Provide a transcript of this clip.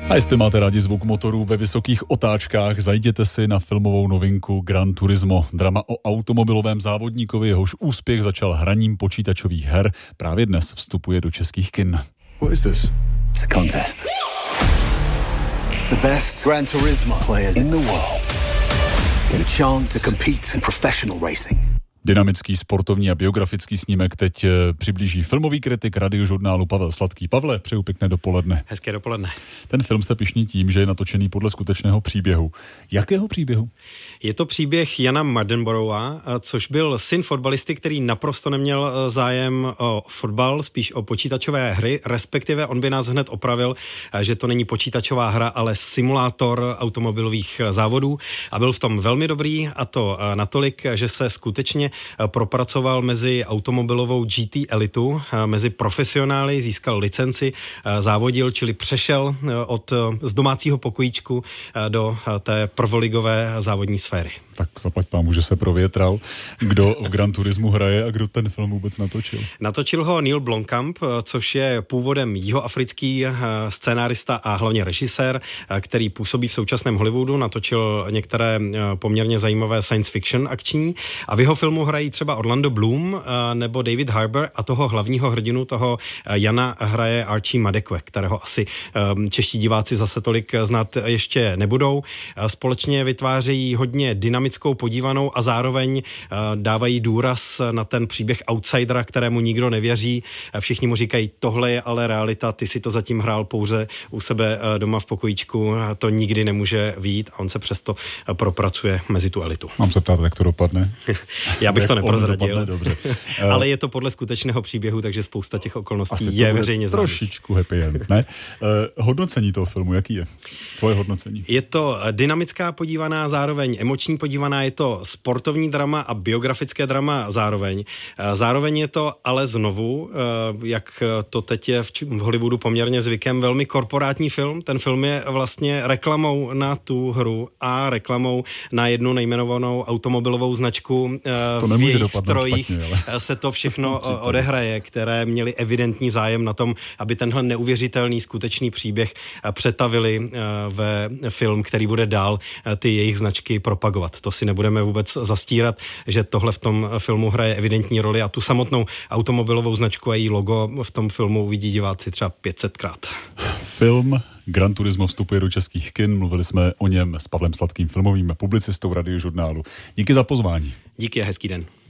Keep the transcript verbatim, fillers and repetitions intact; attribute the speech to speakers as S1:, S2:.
S1: A jestli máte rádi zvuk motorů ve vysokých otáčkách, zajděte si na filmovou novinku Gran Turismo, drama o automobilovém závodníkovi, jehož úspěch začal hraním počítačových her, právě dnes vstupuje do českých kin.
S2: What is this?
S3: It's a contest. The best Gran Turismo players in the world get a chance to compete in professional racing.
S1: Dynamický sportovní a biografický snímek teď přiblíží filmový kritik Radiožurnálu Pavel Sladký. Pavle, přeju pěkné dopoledne.
S4: Hezké dopoledne.
S1: Ten film se pyšní tím, že je natočený podle skutečného příběhu. Jakého příběhu?
S4: Je to příběh Jana Mardenborougha, což byl syn fotbalisty, který naprosto neměl zájem o fotbal, spíš o počítačové hry, respektive on by nás hned opravil, že to není počítačová hra, ale simulátor automobilových závodů a byl v tom velmi dobrý, a to natolik, že se skutečně propracoval mezi automobilovou G T elitu, mezi profesionály, získal licenci, závodil, čili přešel od z domácího pokojíčku do té prvoligové závodní sféry.
S1: Tak zaplať pámu, že se provětral. Kdo v Gran Turismu hraje a kdo ten film vůbec natočil?
S4: Natočil ho Neil Blomkamp, což je původem jihoafrický scénárista a hlavně režisér, který působí v současném Hollywoodu, natočil některé poměrně zajímavé science fiction akční a v jeho filmu hrají třeba Orlando Bloom nebo David Harbour a toho hlavního hrdinu, toho Jana, hraje Archie Madekwe, kterého asi čeští diváci zase tolik znát ještě nebudou. Společně vytvářejí hodně dynamickou, podívanou a zároveň dávají důraz na ten příběh outsidera, kterému nikdo nevěří. Všichni mu říkají, tohle je ale realita, ty si to zatím hrál pouze u sebe doma v pokojíčku, to nikdy nemůže vyjít a on se přesto propracuje mezi tu elitu.
S1: Mám se ptát, jak to dopadne?
S4: Já bych to neprozradil.
S1: Dobře.
S4: Ale je to podle skutečného příběhu, takže spousta těch okolností
S1: Asi
S4: je veřejně známých.
S1: Trošičku happy end, ne? Uh, hodnocení toho filmu, jaký je? Tvoje hodnocení?
S4: Je to dynamická podívaná, zároveň emoční podívaná, je to sportovní drama a biografické drama zároveň. Zároveň je to ale znovu, jak to teď je v Hollywoodu poměrně zvykem, velmi korporátní film. Ten film je vlastně reklamou na tu hru a reklamou na jednu nejmenovanou automobilovou značku.
S1: To
S4: v jejich strojích
S1: špatně, ale...
S4: se to všechno odehraje, které měli evidentní zájem na tom, aby tenhle neuvěřitelný skutečný příběh přetavili ve film, který bude dál ty jejich značky propagovat. To si nebudeme vůbec zastírat, že tohle v tom filmu hraje evidentní roli a tu samotnou automobilovou značku a její logo v tom filmu uvidí diváci třeba pět set krát.
S1: Film Gran Turismo vstupuje do českých kin. Mluvili jsme o něm s Pavlem Sladkým, filmovým publicistou Radiožurnálu. Díky za pozvání.
S4: Díky a hezký den.